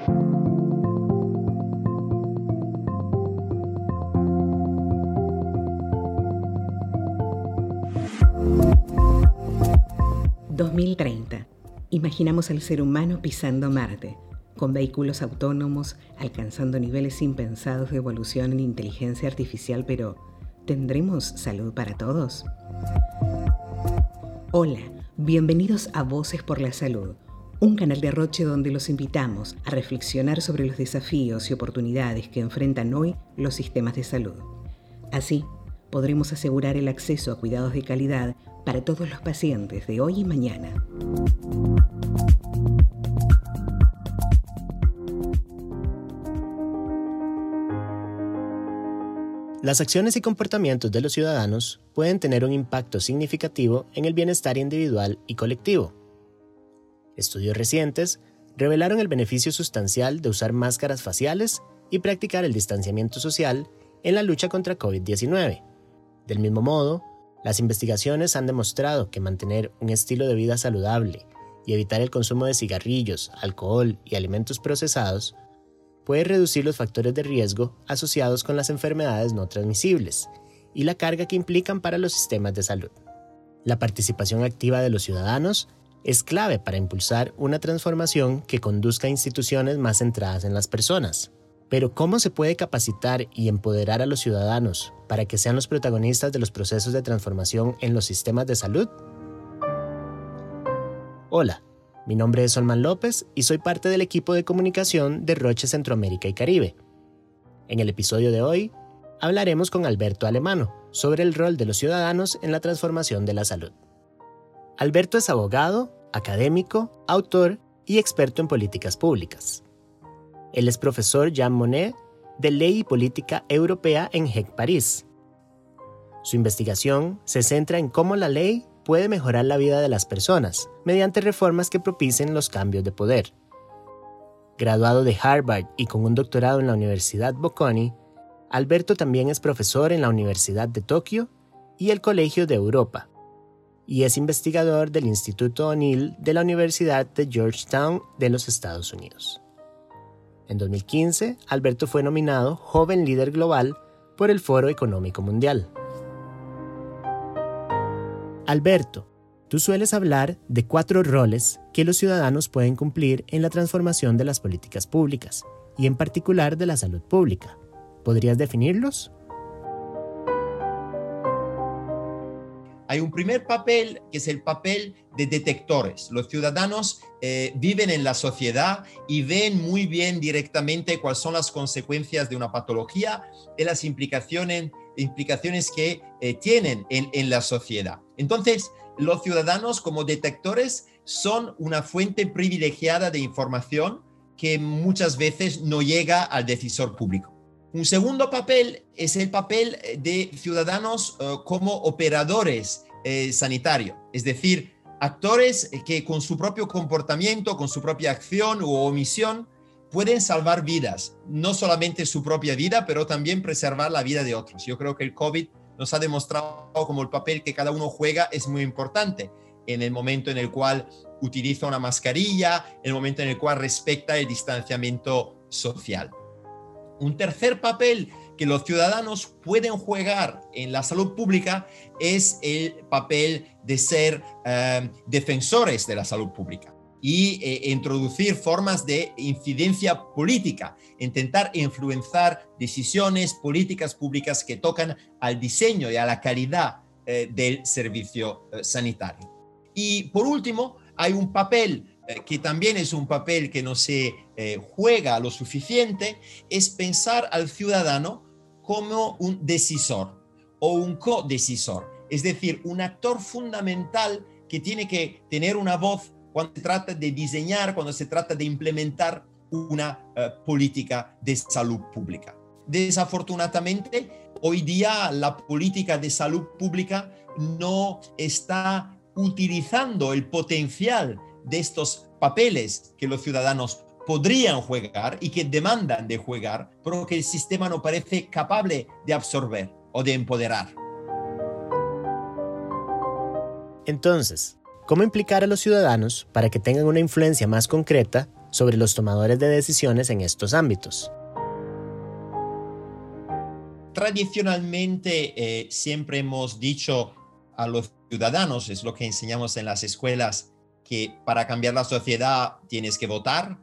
...2030... Imaginamos al ser humano pisando Marte, con vehículos autónomos, alcanzando niveles impensados de evolución en inteligencia artificial, pero ¿tendremos salud para todos? Hola, bienvenidos a Voces por la Salud, un canal de Roche donde los invitamos a reflexionar sobre los desafíos y oportunidades que enfrentan hoy los sistemas de salud. Así, podremos asegurar el acceso a cuidados de calidad para todos los pacientes de hoy y mañana. Las acciones y comportamientos de los ciudadanos pueden tener un impacto significativo en el bienestar individual y colectivo. Estudios recientes revelaron el beneficio sustancial de usar máscaras faciales y practicar el distanciamiento social en la lucha contra COVID-19. Del mismo modo, las investigaciones han demostrado que mantener un estilo de vida saludable y evitar el consumo de cigarrillos, alcohol y alimentos procesados puede reducir los factores de riesgo asociados con las enfermedades no transmisibles y la carga que implican para los sistemas de salud. La participación activa de los ciudadanos es clave para impulsar una transformación que conduzca a instituciones más centradas en las personas. Pero ¿cómo se puede capacitar y empoderar a los ciudadanos para que sean los protagonistas de los procesos de transformación en los sistemas de salud? Hola, mi nombre es Solman López y soy parte del equipo de comunicación de Roche Centroamérica y Caribe. En el episodio de hoy, hablaremos con Alberto Alemano sobre el rol de los ciudadanos en la transformación de la salud. Alberto es abogado, académico, autor y experto en políticas públicas. Él es profesor Jean Monnet de Ley y Política Europea en HEC París. Su investigación se centra en cómo la ley puede mejorar la vida de las personas mediante reformas que propicien los cambios de poder. Graduado de Harvard y con un doctorado en la Universidad Bocconi, Alberto también es profesor en la Universidad de Tokio y el Colegio de Europa, y es investigador del Instituto O'Neill de la Universidad de Georgetown de los Estados Unidos. En 2015, Alberto fue nominado Joven Líder Global por el Foro Económico Mundial. Alberto, tú sueles hablar de 4 roles que los ciudadanos pueden cumplir en la transformación de las políticas públicas, y en particular de la salud pública. ¿Podrías definirlos? Hay un primer papel que es el papel de detectores. Los ciudadanos viven en la sociedad y ven muy bien directamente cuáles son las consecuencias de una patología y las implicaciones que tienen en la sociedad. Entonces, los ciudadanos como detectores son una fuente privilegiada de información que muchas veces no llega al decisor público. Un segundo papel es el papel de ciudadanos como operadores sanitarios, es decir, actores que con su propio comportamiento, con su propia acción u omisión, pueden salvar vidas, no solamente su propia vida, pero también preservar la vida de otros. Yo creo que el COVID nos ha demostrado como el papel que cada uno juega es muy importante en el momento en el cual utiliza una mascarilla, en el momento en el cual respeta el distanciamiento social. Un tercer papel que los ciudadanos pueden jugar en la salud pública es el papel de ser defensores de la salud pública y introducir formas de incidencia política, intentar influenciar decisiones políticas públicas que tocan al diseño y a la calidad del servicio sanitario. Y por último, hay un papel que también es un papel que no se juega lo suficiente, es pensar al ciudadano como un decisor o un codecisor, es decir, un actor fundamental que tiene que tener una voz cuando se trata de diseñar, cuando se trata de implementar una política de salud pública. Desafortunadamente, hoy día la política de salud pública no está utilizando el potencial de estos papeles que los ciudadanos podrían jugar y que demandan de jugar, pero que el sistema no parece capaz de absorber o de empoderar. Entonces, ¿cómo implicar a los ciudadanos para que tengan una influencia más concreta sobre los tomadores de decisiones en estos ámbitos. Tradicionalmente siempre hemos dicho a los ciudadanos, es lo que enseñamos en las escuelas, que para cambiar la sociedad tienes que votar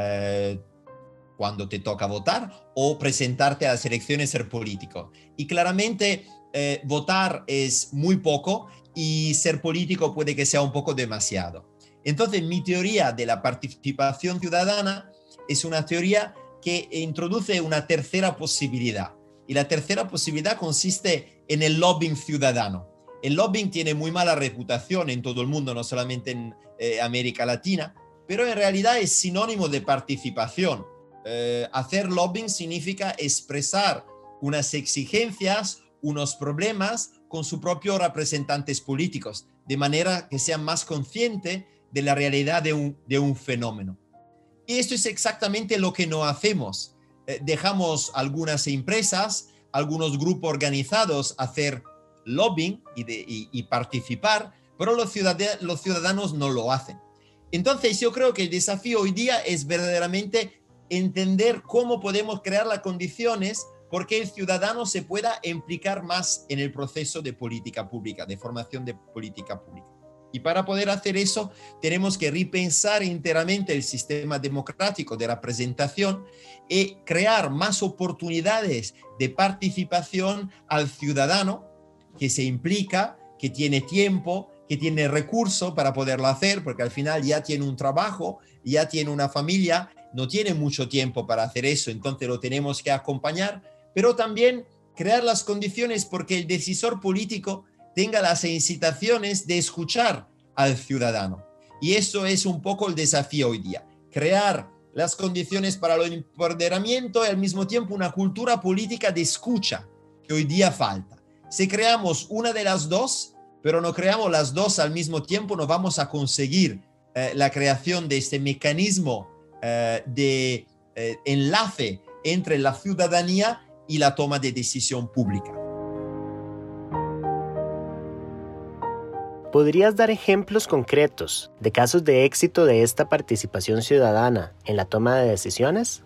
cuando te toca votar o presentarte a las elecciones, ser político. Y claramente votar es muy poco y ser político puede que sea un poco demasiado. Entonces mi teoría de la participación ciudadana es una teoría que introduce una tercera posibilidad. Y la tercera posibilidad consiste en el lobbying ciudadano. El lobbying tiene muy mala reputación en todo el mundo, no solamente en América Latina, pero en realidad es sinónimo de participación. Hacer lobbying significa expresar unas exigencias, unos problemas con sus propios representantes políticos, de manera que sean más conscientes de la realidad de un fenómeno. Y esto es exactamente lo que no hacemos. Dejamos algunas empresas, algunos grupos organizados hacer lobbying y participar, pero los ciudadanos no lo hacen. Entonces yo creo que el desafío hoy día es verdaderamente entender cómo podemos crear las condiciones porque el ciudadano se pueda implicar más en el proceso de política pública, de formación de política pública. Y para poder hacer eso, tenemos que repensar enteramente el sistema democrático de representación y crear más oportunidades de participación al ciudadano que se implica, que tiene tiempo, que tiene recursos para poderlo hacer, porque al final ya tiene un trabajo, ya tiene una familia, no tiene mucho tiempo para hacer eso, entonces lo tenemos que acompañar, pero también crear las condiciones porque el decisor político tenga las incitaciones de escuchar al ciudadano. Y eso es un poco el desafío hoy día, crear las condiciones para el empoderamiento y al mismo tiempo una cultura política de escucha que hoy día falta. Si creamos una de las dos, pero no creamos las dos al mismo tiempo, no vamos a conseguir la creación de este mecanismo de enlace entre la ciudadanía y la toma de decisión pública. ¿Podrías dar ejemplos concretos de casos de éxito de esta participación ciudadana en la toma de decisiones?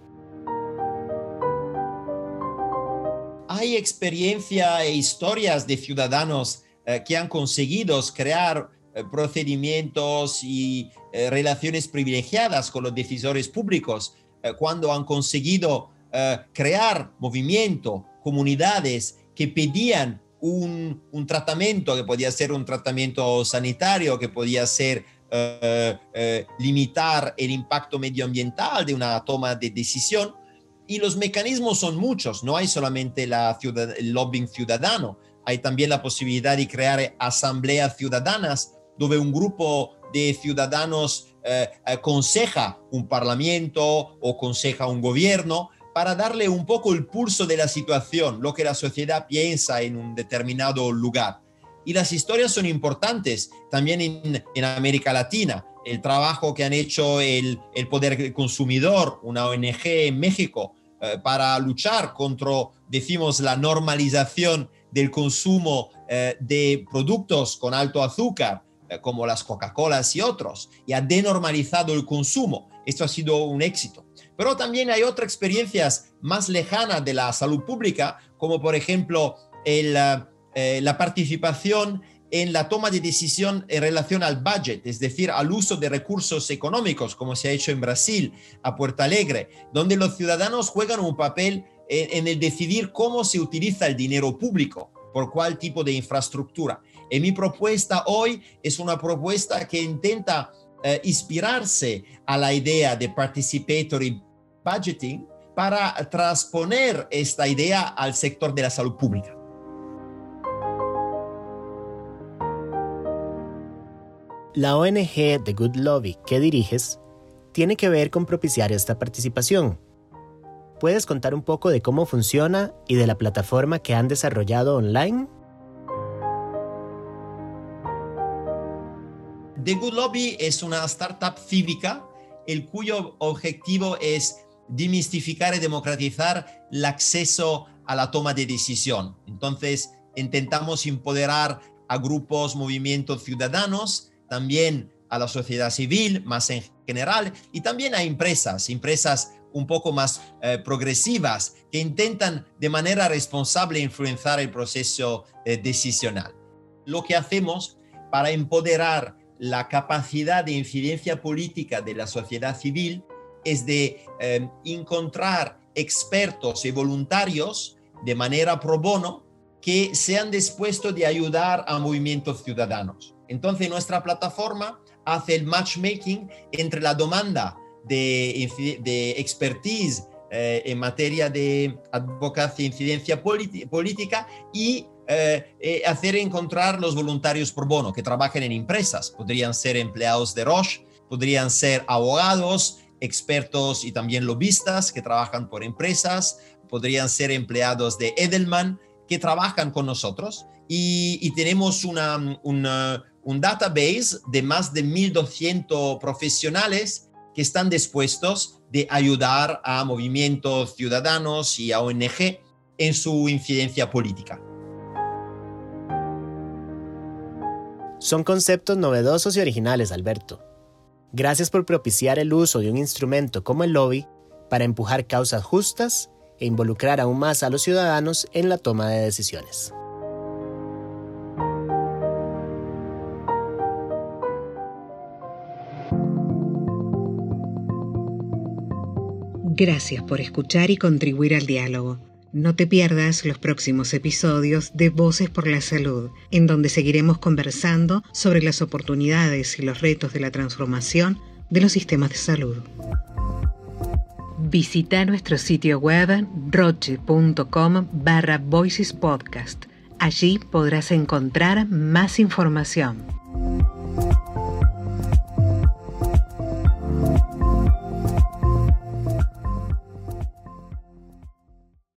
Hay experiencia e historias de ciudadanos que han conseguido crear procedimientos y relaciones privilegiadas con los decisores públicos cuando han conseguido crear movimientos, comunidades que pedían un tratamiento que podía ser un tratamiento sanitario, que podía ser limitar el impacto medioambiental de una toma de decisión. Y los mecanismos son muchos, no hay solamente el lobbying ciudadano, hay también la posibilidad de crear asambleas ciudadanas donde un grupo de ciudadanos aconseja un parlamento o aconseja un gobierno para darle un poco el pulso de la situación, lo que la sociedad piensa en un determinado lugar. Y las historias son importantes también en América Latina. El trabajo que han hecho el Poder Consumidor, una ONG en México, para luchar contra, decimos, la normalización del consumo de productos con alto azúcar, como las Coca-Colas y otros, y ha denormalizado el consumo. Esto ha sido un éxito. Pero también hay otras experiencias más lejanas de la salud pública, como por ejemplo la participación en la toma de decisión en relación al budget, es decir, al uso de recursos económicos, como se ha hecho en Brasil, a Puerto Alegre, donde los ciudadanos juegan un papel en el decidir cómo se utiliza el dinero público, por cuál tipo de infraestructura. Y mi propuesta hoy es una propuesta que intenta inspirarse a la idea de participatory budgeting para transponer esta idea al sector de la salud pública. La ONG The Good Lobby que diriges tiene que ver con propiciar esta participación. ¿Puedes contar un poco de cómo funciona y de la plataforma que han desarrollado online? The Good Lobby es una startup cívica, el cuyo objetivo es demistificar y democratizar el acceso a la toma de decisión. Entonces, intentamos empoderar a grupos, movimientos ciudadanos, también a la sociedad civil, más en general, y también a empresas un poco más progresivas que intentan de manera responsable influenciar el proceso decisional. Lo que hacemos para empoderar la capacidad de incidencia política de la sociedad civil es de encontrar expertos y voluntarios de manera pro bono que sean dispuestos de ayudar a movimientos ciudadanos. Entonces, nuestra plataforma hace el matchmaking entre la demanda de expertise en materia de advocacia e incidencia política y hacer encontrar los voluntarios pro bono que trabajan en empresas. Podrían ser empleados de Roche, podrían ser abogados, expertos y también lobistas que trabajan por empresas, podrían ser empleados de Edelman que trabajan con nosotros y tenemos un database de más de 1.200 profesionales que están dispuestos de ayudar a movimientos ciudadanos y a ONG en su incidencia política. Son conceptos novedosos y originales, Alberto. Gracias por propiciar el uso de un instrumento como el lobby para empujar causas justas e involucrar aún más a los ciudadanos en la toma de decisiones. Gracias por escuchar y contribuir al diálogo. No te pierdas los próximos episodios de Voces por la Salud, en donde seguiremos conversando sobre las oportunidades y los retos de la transformación de los sistemas de salud. Visita nuestro sitio web roche.com/voicespodcast. Allí podrás encontrar más información.